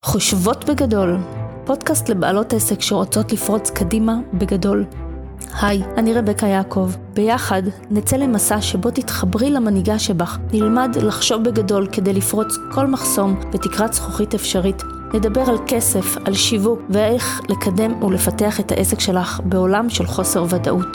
חושבות בגדול, פודקאסט לבעלות עסק שרוצות לפרוץ קדימה בגדול. היי, אני רבקה יעקב. ביחד נצא למסע שבו תתחברי למנהיגה שבך, נלמד לחשוב בגדול כדי לפרוץ כל מחסום ותקרת זכוכית אפשרית. נדבר על כסף, על שיווק ואיך לקדם ולפתח את העסק שלך בעולם של חוסר ודאות.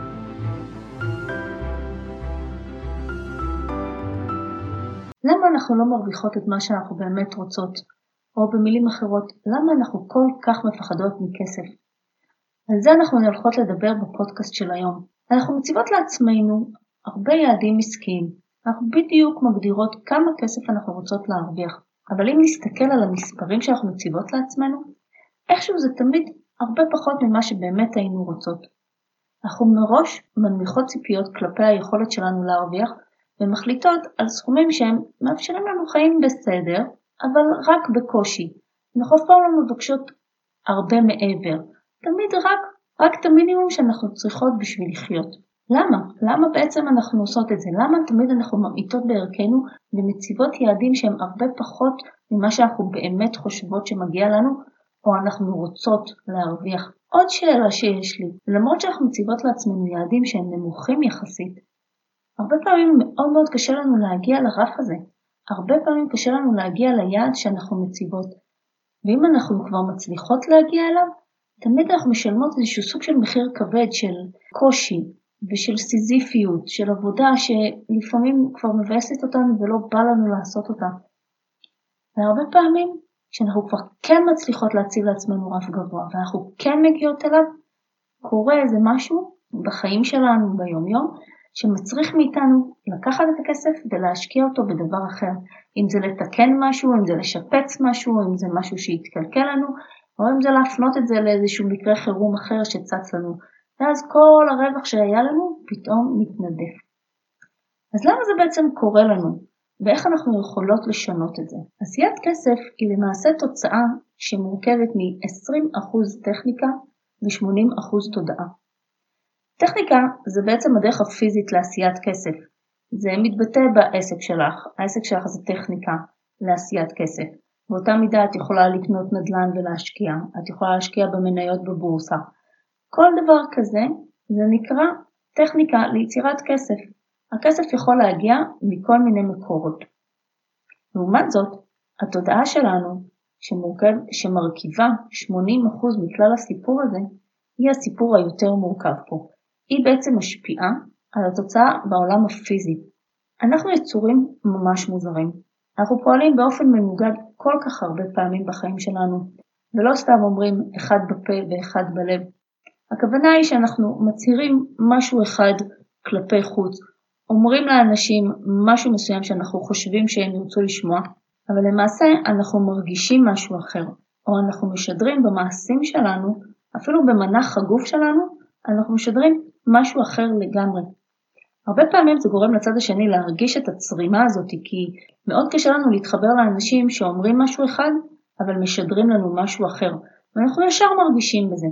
למה אנחנו לא מרוויחות את מה שאנחנו באמת רוצות? או במילים אחרות, למה אנחנו כל כך מפחדות מכסף? על זה אנחנו הולכות לדבר בפודקאסט של היום. אנחנו מציבות לעצמנו הרבה יעדים עסקיים. אנחנו בדיוק מגדירות כמה כסף אנחנו רוצות להרוויח. אבל אם נסתכל על המספרים שאנחנו מציבות לעצמנו, איכשהו זה תמיד הרבה פחות ממה שבאמת היינו רוצות. אנחנו מראש מנמיכות ציפיות כלפי היכולת שלנו להרוויח, ומחליטות על סכומים שהם מאפשרים לנו חיים בסדר, אבל רק בקושי. אנחנו אף פעם לא מבקשות הרבה מעבר. תמיד רק את המינימום שאנחנו צריכות בשביל לחיות. למה? למה בעצם אנחנו עושות את זה? למה תמיד אנחנו ממעיטות בערכנו ומציבות יעדים שהם הרבה פחות ממה שאנחנו באמת חושבות שמגיע לנו, או אנחנו רוצות להרוויח? עוד שאלה שיש לי, למרות שאנחנו מציבות לעצמנו יעדים שהם נמוכים יחסית, הרבה פעמים מאוד מאוד קשה לנו להגיע לרף הזה. הרבה פעמים קשה לנו להגיע ליעד שאנחנו מציבות. ואם אנחנו כבר מצליחות להגיע אליו, תמיד אנחנו משלמות איזשהו סוג של מחיר כבד של קושי ושל סיזיפיות, של עבודה שלפעמים כבר מבאסת אותנו ולא בא לנו לעשות אותה. והרבה פעמים כשאנחנו כבר כן מצליחות להציב לעצמנו רף גבוה ואנחנו כן מגיעות אליו, קורה איזה משהו בחיים שלנו ביום יום, שמצריך מאיתנו לקחת את הכסף ולהשקיע אותו בדבר אחר. אם זה לתקן משהו, אם זה לשפץ משהו, אם זה משהו שיתקלקל לנו, או אם זה להפנות את זה לאיזשהו מקרה חירום אחר שצץ לנו. ואז כל הרווח שהיה לנו פתאום מתנדף. אז למה זה בעצם קורה לנו? ואיך אנחנו יכולות לשנות את זה? עשיית כסף היא למעשה תוצאה שמורכבת מ-20% טכניקה ו-80% תודעה. טכניקה זה בעצם הדרך הפיזית לעשיית כסף. זה מתבטא בעסק שלך. העסק שלך זה טכניקה לעשיית כסף. באותה מידה את יכולה לקנות נדל"ן ולהשקיע. את יכולה להשקיע במניות בבורסה. כל דבר כזה זה נקרא טכניקה ליצירת כסף. הכסף יכול להגיע מכל מיני מקורות. לעומת זאת, התודעה שלנו שמרכיבה 80% מכלל הסיפור הזה, היא הסיפור היותר מורכב פה. היא בעצם משפיעה על התוצאה בעולם הפיזי. אנחנו יצורים ממש מוזרים. אנחנו פועלים באופן מנוגד כל כך הרבה פעמים בחיים שלנו, ולא סתם אומרים אחד בפה ואחד בלב. הכוונה היא שאנחנו מצהירים משהו אחד כלפי חוץ, אומרים לאנשים משהו מסוים שאנחנו חושבים שהם ירצו לשמוע, אבל למעשה אנחנו מרגישים משהו אחר, או אנחנו משדרים במעשים שלנו, אפילו במנח הגוף שלנו, אנחנו משדרים משהו אחר לגמרי. הרבה פעמים זה גורם לצד השני להרגיש את הצרימה הזאת, כי מאוד קשה לנו להתחבר לאנשים שאומרים משהו אחד, אבל משדרים לנו משהו אחר, ואנחנו ישר מרגישים בזה.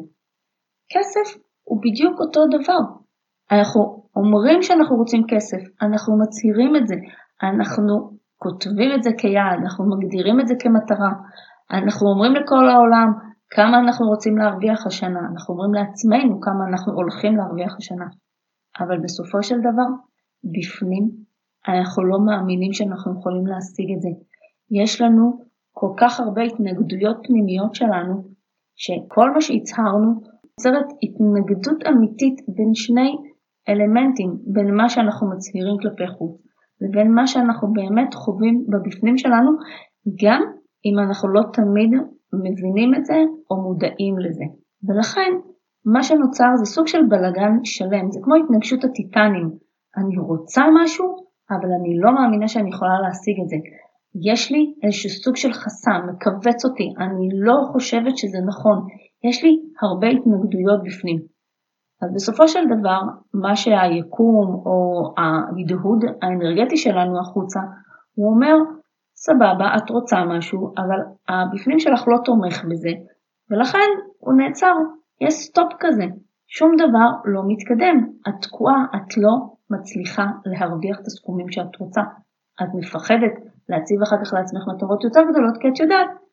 כסף הוא בדיוק אותו דבר. אנחנו אומרים שאנחנו רוצים כסף, אנחנו מצהירים את זה, אנחנו כותבים את זה כיעד, אנחנו מגדירים את זה כמטרה, אנחנו אומרים לכל העולם כמה אנחנו רוצים להרוויח השנה, אנחנו אומרים לעצמנו כמה אנחנו הולכים להרוויח השנה, אבל בסופו של דבר, בפנים, אנחנו לא מאמינים שאנחנו יכולים להשיג את זה. יש לנו כל כך הרבה התנגדויות פנימיות שלנו, שכל מה שהצהרנו, יוצרת התנגדות אמיתית בין שני אלמנטים, בין מה שאנחנו מצהירים כלפי חוץ, ובין מה שאנחנו באמת חווים בבפנים שלנו, גם אם אנחנו לא תמיד מבינים את זה או מודעים לזה. ולכן, מה שנוצר זה סוג של בלגן שלם, זה כמו התנגשות הטיטנים. אני רוצה משהו, אבל אני לא מאמינה שאני יכולה להשיג את זה. יש לי איזשהו סוג של חסם, מקבץ אותי, אני לא חושבת שזה נכון. יש לי הרבה התנגדויות בפנים. אז בסופו של דבר, מה שהיקום או ההדהוד האנרגטי שלנו החוצה, הוא אומר, סבבה, את רוצה משהו, אבל הבפנים שלך לא תומך בזה, ולכן הוא נעצר, יש סטופ כזה, שום דבר לא מתקדם, את תקועה, את לא מצליחה להרוויח את הסכומים שאת רוצה, את מפחדת להציב אחר כך לעצמך מטרות יותר גדולות, כי את יודעת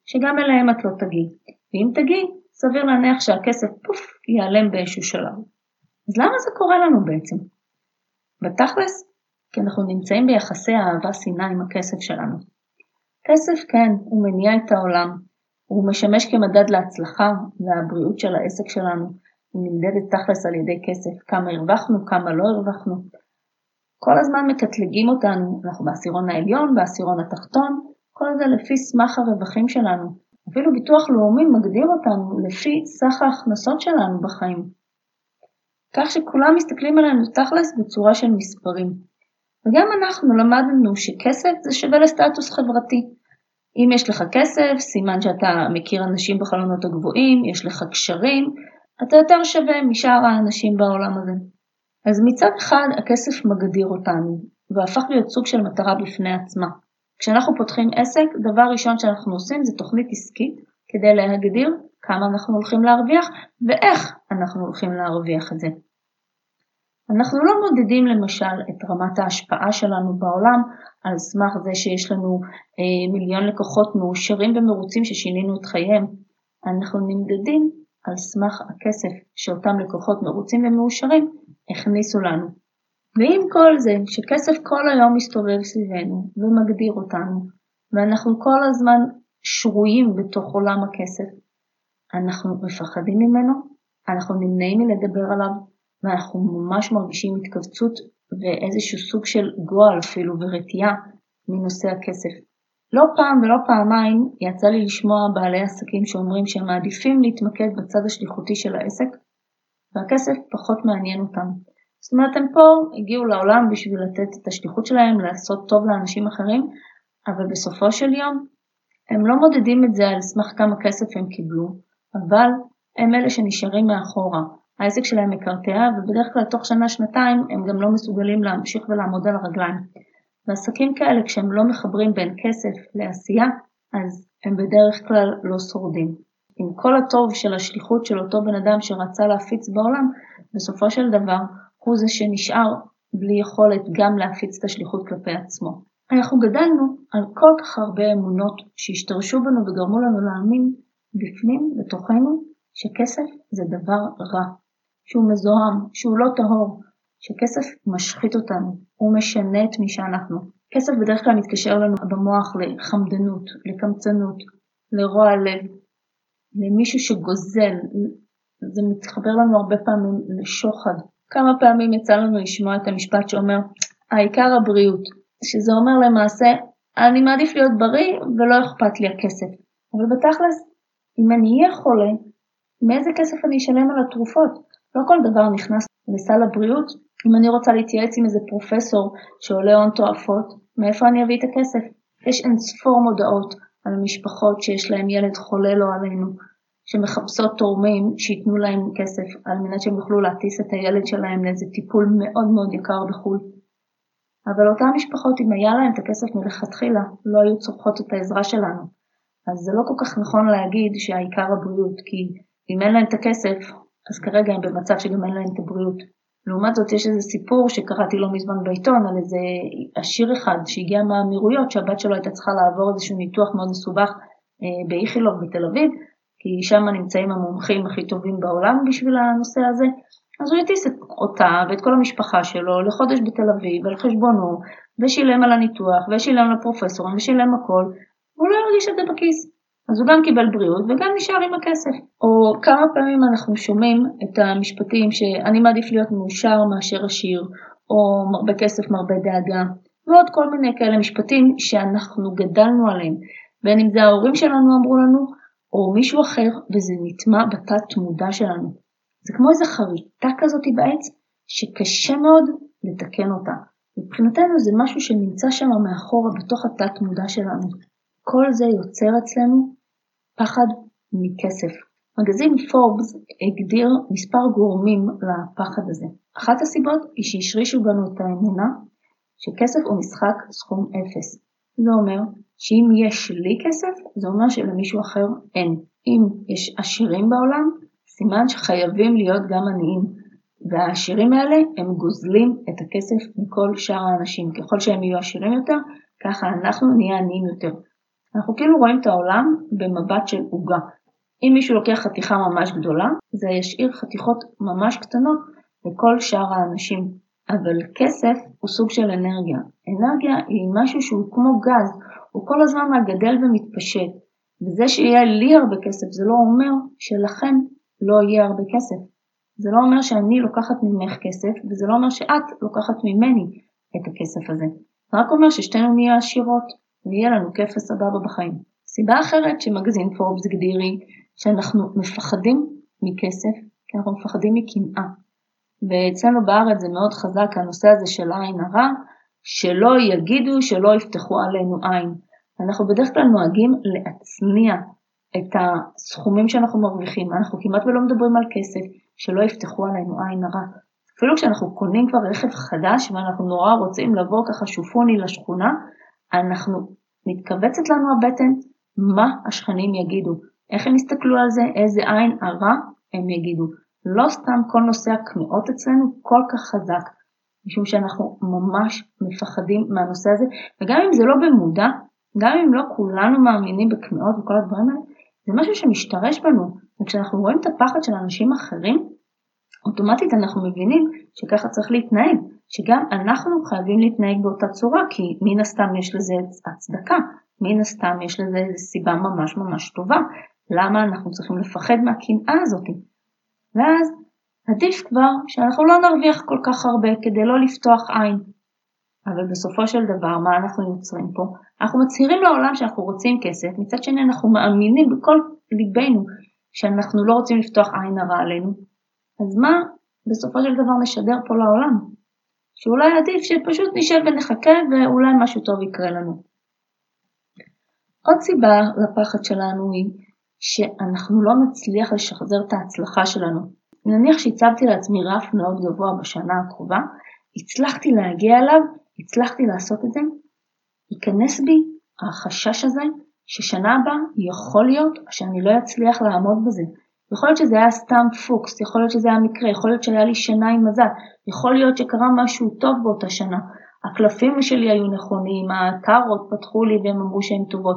שגם אליהם את לא תגיעי. ואם תגיעי, סביר להניח שהכסף פוף ייעלם באיזשהו שלב. אז למה זה קורה לנו בעצם? בתכלס, כי אנחנו נמצאים ביחסי אהבה שנאה עם הכסף שלנו. כסף כן, הוא מניע את העולם, הוא משמש כמדד להצלחה והבריאות של העסק שלנו, הוא נמדדת תכלס על ידי כסף, כמה הרווחנו, כמה לא הרווחנו. כל הזמן מקטלגים אותנו, אנחנו בעשירון העליון, בעשירון התחתון, כל זה לפי סמך הרווחים שלנו. אפילו ביטוח לאומי מגדיר אותנו לפי סך ההכנסות שלנו בחיים. כך שכולם מסתכלים עלינו תכלס בצורה של מספרים. וגם אנחנו למדנו שכסף זה שווה לסטטוס חברתי. אם יש לך כסף, סימן שאתה מכיר אנשים בחלונות הגבוהים, יש לך קשרים, אתה יותר שווה משאר האנשים בעולם הזה. אז מצד אחד הכסף מגדיר אותנו, והפך להיות סוג של מטרה בפני עצמה. כשאנחנו פותחים עסק, דבר ראשון שאנחנו עושים זה תוכנית עסקית, כדי להגדיר כמה אנחנו הולכים להרוויח, ואיך אנחנו הולכים להרוויח את זה. אנחנו לא מודדים למשל את רמת ההשפעה שלנו בעולם, על סמך זה שיש לנו מיליון לקוחות מאושרים ומרוצים ששינינו את חייהם. אנחנו נמדדים על סמך הכסף שאותם לקוחות מרוצים ומאושרים הכניסו לנו. ועם כל זה שכסף כל היום מסתובב סביבנו ומגדיר אותנו, ואנחנו כל הזמן שרויים בתוך עולם הכסף, אנחנו מפחדים ממנו, אנחנו נמנעים מלדבר עליו, ואנחנו ממש מרגישים התכווצות ואיזשהו סוג של גועל אפילו ורתיעה מנושא הכסף. לא פעם ולא פעמיים יצא לי לשמוע בעלי עסקים שאומרים שהם מעדיפים להתמקד בצד השליחותי של העסק, והכסף פחות מעניין אותם. זאת אומרת, הם פה הגיעו לעולם בשביל לתת את השליחות שלהם, לעשות טוב לאנשים אחרים, אבל בסופו של יום הם לא מודדים את זה על סמך כמה כסף הם קיבלו, אבל הם אלה שנשארים מאחורה. העסק שלהם מקרטע, ובדרך כלל תוך שנה-שנתיים הם גם לא מסוגלים להמשיך ולעמוד על הרגליים. ועסקים כאלה, כשהם לא מחברים בין כסף לעשייה, אז הם בדרך כלל לא שורדים. עם כל הטוב של השליחות של אותו בן אדם שרצה להפיץ בעולם, בסופו של דבר הוא זה שנשאר בלי יכולת גם להפיץ את השליחות כלפי עצמו. אנחנו גדלנו על כל כך הרבה אמונות שהשתרשו בנו וגרמו לנו להאמין בפנים, בתוכנו, שכסף זה דבר רע, שהוא מזוהם, שהוא לא טהור, שכסף משחית אותנו, הוא משנה את מי שאנחנו. כסף בדרך כלל מתקשר לנו במוח לחמדנות, לקמצנות, לרוע לב, למישהו שגוזל. זה מתחבר לנו הרבה פעמים לשוחד. כמה פעמים יצא לנו לשמוע את המשפט שאומר, העיקר הבריאות, שזה אומר למעשה, אני מעדיף להיות בריא ולא אכפת לי הכסף. אבל בתכלס, אם אני אהיה חולה, מאיזה כסף אני אשלם על התרופות? לא כל דבר נכנס לסל הבריאות. אם אני רוצה להתייעץ עם איזה פרופסור שעולה הון תועפות, מאיפה אני אביא את הכסף? יש אין ספור מודעות על משפחות שיש להם ילד חולה לא עלינו, שמחפשות תורמים שיתנו להם כסף על מנת שהם יוכלו להטיס את הילד שלהם לאיזה טיפול מאוד מאוד יקר בחו"ל. אבל אותן משפחות, אם היה להם את הכסף מלכתחילה, לא היו צורכות את העזרה שלנו. אז זה לא כל כך נכון להגיד שהעיקר הבריאות, כי אם אין להם את הכסף, אז כרגע הם במצב שגם אין להם את הבריאות. לעומת זאת, יש איזה סיפור שקראתי לא מזמן בעיתון על איזה עשיר אחד שהגיע מהאמירויות, שהבת שלו הייתה צריכה לעבור איזשהו ניתוח מאוד מסובך באיכילוב בתל אביב, כי שם נמצאים המומחים הכי טובים בעולם בשביל הנושא הזה. אז הוא הטיס אותה ואת כל המשפחה שלו לחודש בתל אביב על חשבונו, ושילם על הניתוח, ושילם לפרופסורים, ושילם הכל, והוא לא הרגיש את זה בכיס. אז הוא גם קיבל בריאות וגם נשאר עם הכסף. או כמה פעמים אנחנו שומעים את המשפטים שאני מעדיף להיות מאושר מאשר עשיר, או מרבה כסף מרבה דאגה, ועוד כל מיני כאלה משפטים שאנחנו גדלנו עליהם, בין אם זה ההורים שלנו אמרו לנו, או מישהו אחר, וזה נטמע בתת מודע שלנו. זה כמו איזו חריטה כזאת בעץ, שקשה מאוד לתקן אותה. מבחינתנו זה משהו שנמצא שם מאחורה בתוך התת מודע שלנו. כל זה יוצר אצלנו פחד מכסף. מגזין פורבס הגדיר מספר גורמים לפחד הזה. אחת הסיבות היא שהשרישו בנו את האמונה שכסף הוא משחק סכום אפס. זה אומר שאם יש לי כסף, זה אומר שלמישהו אחר אין. אם יש עשירים בעולם, סימן שחייבים להיות גם עניים. והעשירים האלה הם גוזלים את הכסף מכל שאר האנשים. ככל שהם יהיו עשירים יותר, ככה אנחנו נהיה עניים יותר. אנחנו כאילו רואים את העולם במבט של עוגה. אם מישהו לוקח חתיכה ממש גדולה, זה ישאיר חתיכות ממש קטנות לכל שאר האנשים. אבל כסף הוא סוג של אנרגיה. אנרגיה היא משהו שהוא כמו גז, הוא כל הזמן גדל ומתפשט. וזה שיהיה לי הרבה כסף זה לא אומר שלכם לא יהיה הרבה כסף. זה לא אומר שאני לוקחת ממך כסף, וזה לא אומר שאת לוקחת ממני את הכסף הזה. זה רק אומר ששתינו נהיה עשירות, ויהיה לנו כיף וסבבה בחיים. סיבה אחרת שמגזין פורבס הגדירי, שאנחנו מפחדים מכסף, כי אנחנו מפחדים מקנאה. ואצלנו בארץ זה מאוד חזק, הנושא הזה של עין הרע, שלא יגידו, שלא יפתחו עלינו עין. אנחנו בדרך כלל נוהגים להצניע את הסכומים שאנחנו מרוויחים, אנחנו כמעט ולא מדברים על כסף, שלא יפתחו עלינו עין הרע. אפילו כשאנחנו קונים כבר רכב חדש, ואנחנו נורא רוצים לבוא ככה שופוני לשכונה, אנחנו מתכווצת לנו הבטן, מה השכנים יגידו, איך הם יסתכלו על זה, איזה עין הרע הם יגידו. לא סתם כל נושא הקמאות אצלנו כל כך חזק, משום שאנחנו ממש מפחדים מהנושא הזה, וגם אם זה לא במודע, גם אם לא כולנו מאמינים בקמאות וכל הדברים האלה, זה משהו שמשתרש בנו, וכשאנחנו רואים את הפחד של אנשים אחרים, אוטומטית אנחנו מבינים שככה צריך להתנהג, שגם אנחנו חייבים להתנהג באותה צורה, כי מן הסתם יש לזה הצדקה, מן הסתם יש לזה סיבה ממש ממש טובה, למה אנחנו צריכים לפחד מהקנאה הזאת. ואז עדיף כבר שאנחנו לא נרוויח כל כך הרבה כדי לא לפתוח עין. אבל בסופו של דבר, מה אנחנו יוצרים פה? אנחנו מצהירים לעולם שאנחנו רוצים כסף, מצד שני אנחנו מאמינים בכל ליבנו שאנחנו לא רוצים לפתוח עין הרע עלינו. אז מה בסופו של דבר נשדר פה לעולם? שאולי עדיף שפשוט נשב ונחכה ואולי משהו טוב יקרה לנו. עוד סיבה לפחד שלנו היא שאנחנו לא נצליח לשחזר את ההצלחה שלנו. נניח שהצבתי לעצמי רף מאוד גבוה בשנה הקרובה, הצלחתי להגיע אליו, הצלחתי לעשות את זה, ייכנס בי החשש הזה ששנה הבאה יכול להיות שאני לא אצליח לעמוד בזה. יכול להיות שזה היה סתם פוקס, יכול להיות שזה היה מקרה, יכול להיות שהיה לי שנה עם מזל, יכול להיות שקרה משהו טוב באותה שנה. הקלפים שלי היו נכונים, הטרות פתחו לי והם אמרו שהן טובות.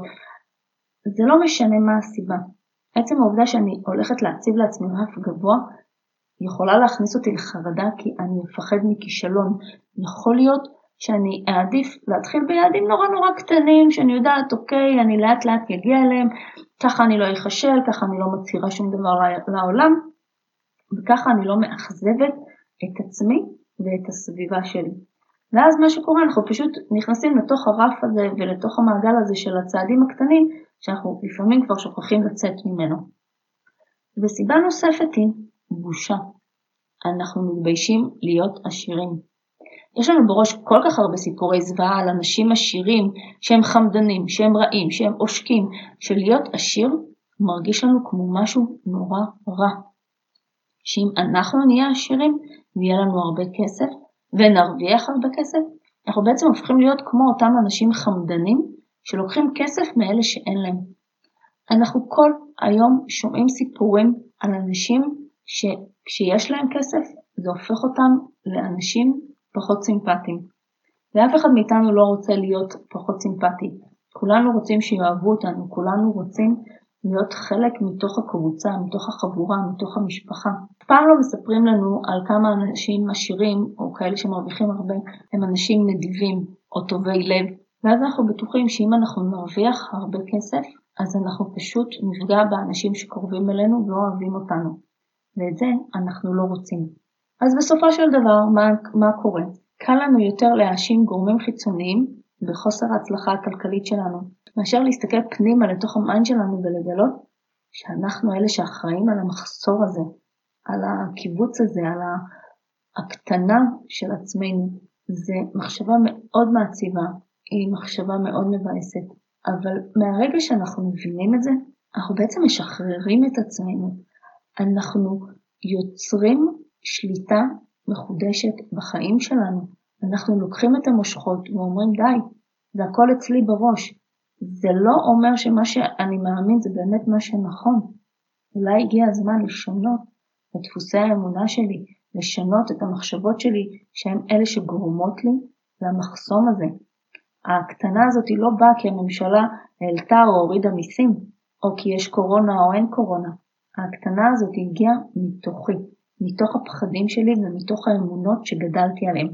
זה לא משנה מה הסיבה. עצם העובדה שאני הולכת להציב לעצמי רף גבוה, יכולה להכניס אותי לחרדה כי אני מפחד מכישלון. יכול להיות שאני אעדיף להתחיל ביעדים נורא נורא קטנים, שאני יודעת, אוקיי, אני לאט לאט יגיע אליהם, ככה אני לא אחשל, ככה אני לא מצהירה שום דבר לעולם, וככה אני לא מאכזבת את עצמי ואת הסביבה שלי. ואז מה שקורה, אנחנו פשוט נכנסים לתוך הרף הזה ולתוך המעגל הזה של הצעדים הקטנים, שאנחנו לפעמים כבר שוכחים לצאת ממנו. וסיבה נוספת היא בושה. אנחנו מתביישים להיות עשירים. יש לנו בראש כל כך הרבה סיפורי זוועה על אנשים עשירים שהם חמדנים, שהם רעים, שהם עושקים, שלהיות עשיר מרגיש לנו כמו משהו נורא רע. שאם אנחנו נהיה עשירים ויהיה לנו הרבה כסף ונרוויח הרבה כסף, אנחנו בעצם הופכים להיות כמו אותם אנשים חמדנים שלוקחים כסף מאלה שאין להם. אנחנו כל היום שומעים סיפורים על אנשים שכשיש להם כסף זה הופך אותם לאנשים פחות סימפטיים. ואף אחד מאיתנו לא רוצה להיות פחות סימפטי. כולנו רוצים שיאהבו אותנו, כולנו רוצים להיות חלק מתוך הקבוצה, מתוך החבורה, מתוך המשפחה. פעם לא מספרים לנו על כמה אנשים עשירים או כאלה שמרוויחים הרבה הם אנשים נדיבים או טובי לב. ואז אנחנו בטוחים שאם אנחנו נרוויח הרבה כסף, אז אנחנו פשוט נפגע באנשים שקרובים אלינו ואוהבים אותנו. ואת זה אנחנו לא רוצים. אז בסופו של דבר, מה קורה? קל לנו יותר להאשים גורמים חיצוניים בחוסר ההצלחה הכלכלית שלנו, מאשר להסתכל פנימה לתוך המיינד שלנו ולגלות שאנחנו אלה שאחראים על המחסור הזה, על הקיבוץ הזה, על הקטנה של עצמנו. זה מחשבה מאוד מעציבה, היא מחשבה מאוד מבאסת, אבל מהרגע שאנחנו מבינים את זה, אנחנו בעצם משחררים את עצמנו. אנחנו יוצרים שליטה מחודשת בחיים שלנו. אנחנו לוקחים את המושכות ואומרים די, זה הכל אצלי בראש. זה לא אומר שמה שאני מאמין זה באמת מה שנכון. אולי הגיע הזמן לשנות את דפוסי האמונה שלי, לשנות את המחשבות שלי שהן אלה שגורמות לי למחסום הזה. הקטנה הזאת היא לא באה כי הממשלה העלתה או הורידה מיסים, או כי יש קורונה או אין קורונה. הקטנה הזאת הגיעה מתוכי, מתוך הפחדים שלי ומתוך האמונות שגדלתי עליהם.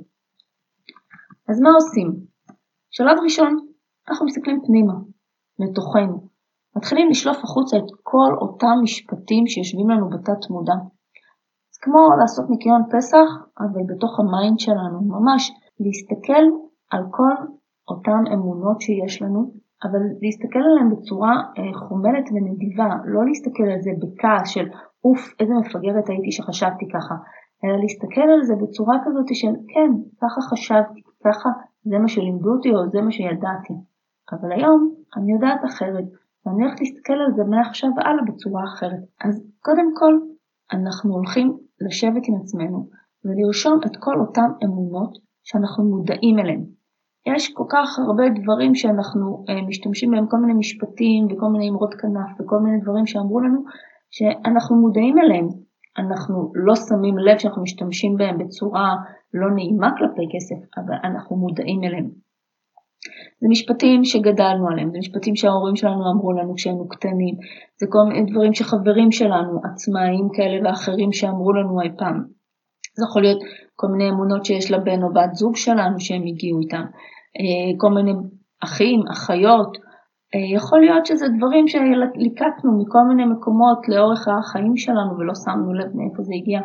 אז מה עושים? שלב ראשון, אנחנו מסתכלים פנימה, לתוכנו. מתחילים לשלוף החוצה את כל אותם משפטים שיושבים לנו בתת מודע. זה כמו לעשות ניקיון פסח, אבל בתוך המיינד שלנו, ממש להסתכל על כל אותם אמונות שיש לנו, אבל להסתכל עליהן בצורה חומלת ונדיבה, לא להסתכל על זה בכעס של אוף, איזה מפגרת הייתי שחשבתי ככה, אלא להסתכל על זה בצורה כזאת של כן, ככה חשבתי, ככה זה מה שלימדו אותי או זה מה שידעתי. אבל היום אני יודעת אחרת, ואני הולכת להסתכל על זה מעכשיו והלאה בצורה אחרת. אז קודם כל, אנחנו הולכים לשבת עם עצמנו ולרשום את כל אותם אמונות שאנחנו מודעים אליהם. יש כל כך הרבה דברים שאנחנו משתמשים בהם, כל מיני משפטים וכל מיני אמרות כנף וכל מיני דברים שאמרו לנו שאנחנו מודעים אליהם. אנחנו לא שמים לב שאנחנו משתמשים בהם בצורה לא נעימה כלפי כסף, אבל אנחנו מודעים אליהם. זה משפטים שגדלנו עליהם, זה משפטים שההורים שלנו אמרו לנו כשהיינו קטנים, זה כל מיני דברים שחברים שלנו, עצמאים כאלה ואחרים שאמרו לנו אי פעם. זה יכול להיות כל מיני אמונות שיש לבן או בת זוג שלנו שהם הגיעו איתם, כל מיני אחים, אחיות, יכול להיות שזה דברים שליקטנו מכל מיני מקומות לאורך החיים שלנו ולא שמנו לב מאיפה זה הגיע.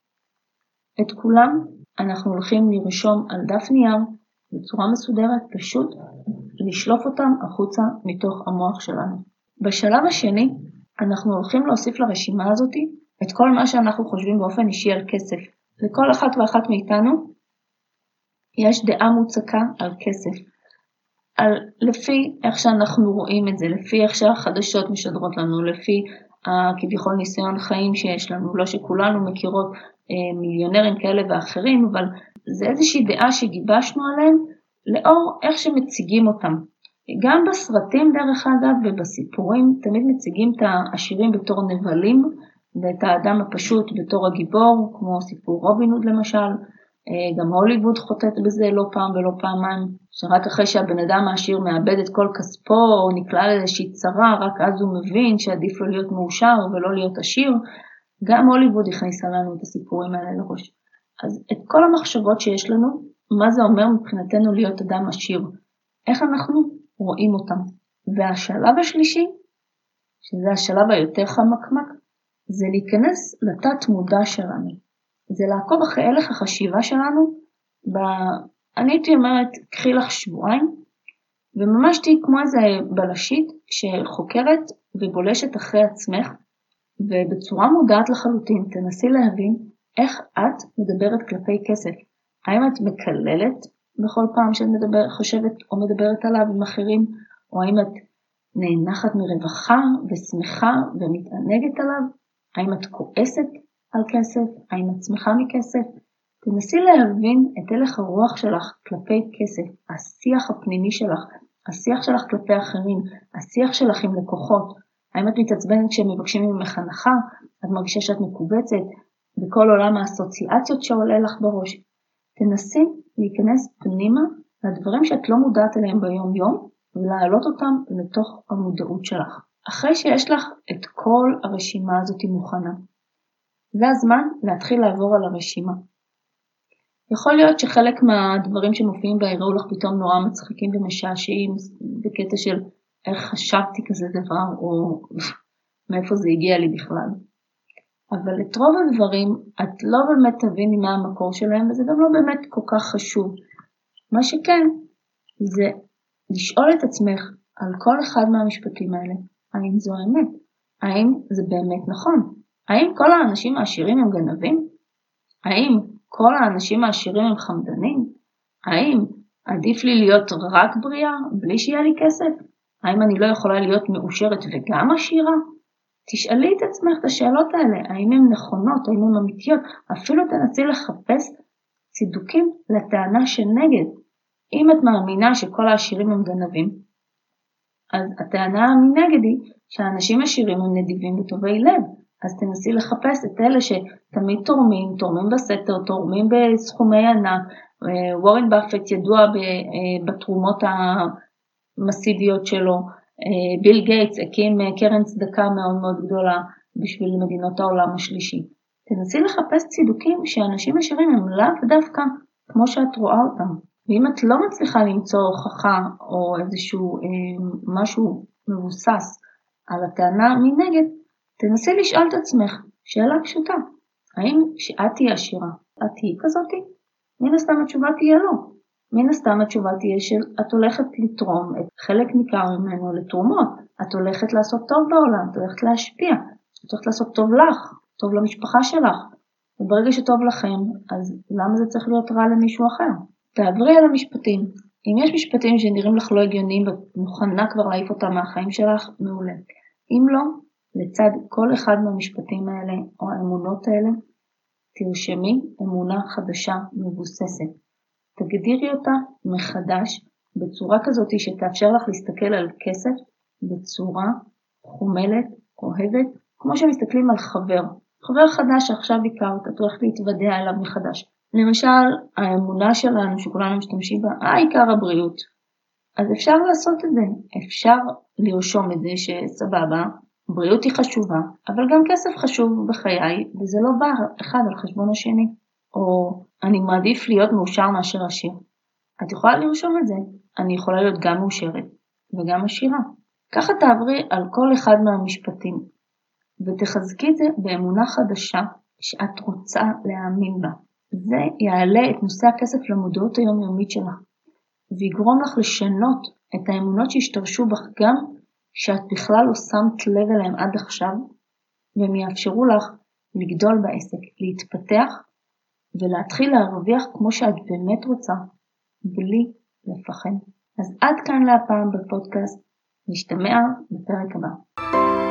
את כולם אנחנו הולכים לרשום על דף נייר בצורה מסודרת, פשוט לשלוף אותם החוצה מתוך המוח שלנו. בשלב השני אנחנו הולכים להוסיף לרשימה הזאת את כל מה שאנחנו חושבים באופן אישי על כסף. לכל אחת ואחת מאיתנו יש דעה מוצקה על כסף, לפי איך שאנחנו רואים את זה, לפי איך שהחדשות משדרות לנו, לפי כביכול ניסיון חיים שיש לנו, לא שכולנו מכירות מיליונרים כאלה ואחרים, אבל זה איזושהי דעה שגיבשנו עליהם לאור איך שמציגים אותם. גם בסרטים דרך אגב ובסיפורים תמיד מציגים את העשירים בתור נבלים, ואת האדם הפשוט בתור הגיבור, כמו סיפור רובין הוד למשל. גם הוליווד חוטאת בזה לא פעם ולא פעמיים, שרק אחרי שהבן אדם העשיר מאבד את כל כספו או נקלע לאיזושהי צרה, רק אז הוא מבין שעדיף לו להיות מאושר ולא להיות עשיר. גם הוליווד הכניסה לנו את הסיפורים האלה לראש. אז את כל המחשבות שיש לנו, מה זה אומר מבחינתנו להיות אדם עשיר? איך אנחנו רואים אותם? והשלב השלישי, שזה השלב היותר חמקמק, זה להיכנס לתת מודע שלנו. זה לעקוב אחרי הלך החשיבה שלנו, אני הייתי אומרת, קחי לך שבועיים, וממש תהי כמו איזה בלשית שחוקרת ובולשת אחרי עצמך, ובצורה מודעת לחלוטין תנסי להבין איך את מדברת כלפי כסף. האם את מקללת בכל פעם שאת חושבת או מדברת עליו עם אחרים, או האם את נאנחת מרווחה ושמחה ומתענגת עליו? האם את כועסת על כסף? האם את שמחה מכסף? תנסי להבין את הלך הרוח שלך כלפי כסף, השיח הפנימי שלך, השיח שלך כלפי אחרים, השיח שלך עם לקוחות. האם את מתעצבנת כשהם מבקשים ממך הנחה? את מרגישה שאת מקובצת בכל עולם האסוציאציות שעולה לך בראש? תנסי להיכנס פנימה לדברים שאת לא מודעת אליהם ביום יום, ולהעלות אותם לתוך המודעות שלך. אחרי שיש לך את כל הרשימה הזאת מוכנה, זה הזמן להתחיל לעבור על הרשימה. יכול להיות שחלק מהדברים שמופיעים בה יראו לך פתאום נורא מצחיקים ומשעשעים, בקטע של איך חשבתי כזה דבר, או מאיפה זה הגיע לי בכלל. אבל את רוב הדברים את לא באמת תביני מה המקור שלהם, וזה גם לא באמת כל כך חשוב. מה שכן, זה לשאול את עצמך על כל אחד מהמשפטים האלה, האם זו האמת? האם זה באמת נכון? האם כל האנשים העשירים הם גנבים? האם כל האנשים העשירים הם חמדנים? האם עדיף לי להיות רק בריאה בלי שיהיה לי כסף? האם אני לא יכולה להיות מאושרת וגם עשירה? תשאלי את עצמך את השאלות האלה, האם הן נכונות, האם הן אמיתיות? אפילו תנסי לחפש צידוקים לטענה שנגד. אם את מאמינה שכל העשירים הם גנבים, אז הטענה מנגד היא שהאנשים עשירים הם נדיבים וטובי לב. אז תנסי לחפש את אלה שתמיד תורמים בסתר, תורמים בסכומי ענק. וורן באפט ידוע בתרומות המסיביות שלו. ביל גייטס הקים קרן צדקה מאוד מאוד גדולה בשביל מדינות העולם השלישי. תנסי לחפש צידוקים שאנשים ישרים הם לאו דווקא כמו שאת רואה אותם. ואם את לא מצליחה למצוא הוכחה או איזשהו משהו מבוסס על הטענה מנגד, תנסי לשאול את עצמך שאלה פשוטה. האם כשאת תהיה עשירה, את תהיה כזאתי? מן הסתם התשובה תהיה לא. מן הסתם התשובה תהיה שאת הולכת לתרום את חלק ניכר ממנו לתרומות. את הולכת לעשות טוב בעולם, את הולכת להשפיע, את הולכת לעשות טוב לך, טוב למשפחה שלך. וברגע שטוב לכם, אז למה זה צריך להיות רע למישהו אחר? תעברי על המשפטים. אם יש משפטים שנראים לך לא הגיוניים ומוכנה כבר להעיף אותם מהחיים שלך, מעולה. אם לא, לצד כל אחד מהמשפטים האלה או האמונות האלה, תרשמי אמונה חדשה מבוססת. תגדירי אותה מחדש בצורה כזאת שתאפשר לך להסתכל על כסף בצורה חומלת, אוהבת, כמו שמסתכלים על חבר חדש שעכשיו הכרת, את הולכת להתוודע עליו מחדש. למשל, האמונה שלנו שכולנו משתמשים בה, העיקר הבריאות. אז אפשר לעשות את זה, אפשר לרשום את זה שסבבה, בריאות היא חשובה, אבל גם כסף חשוב בחיי, וזה לא בא אחד על חשבון השני. או אני מעדיף להיות מאושר מאשר עשיר. את יכולה לרשום את זה, אני יכולה להיות גם מאושרת וגם עשירה. ככה תעברי על כל אחד מהמשפטים, ותחזקי את זה באמונה חדשה שאת רוצה להאמין בה. זה יעלה את נושא הכסף למודעות היומיומית שלך, ויגרום לך לשנות את האמונות שהשתרשו בך גם שאת בכלל לא שמת לב אליהם עד עכשיו, והם יאפשרו לך לגדול בעסק, להתפתח ולהתחיל להרוויח כמו שאת באמת רוצה, בלי לפחד. אז עד כאן להפעם בפודקאסט, נשתמע בפרק הבא.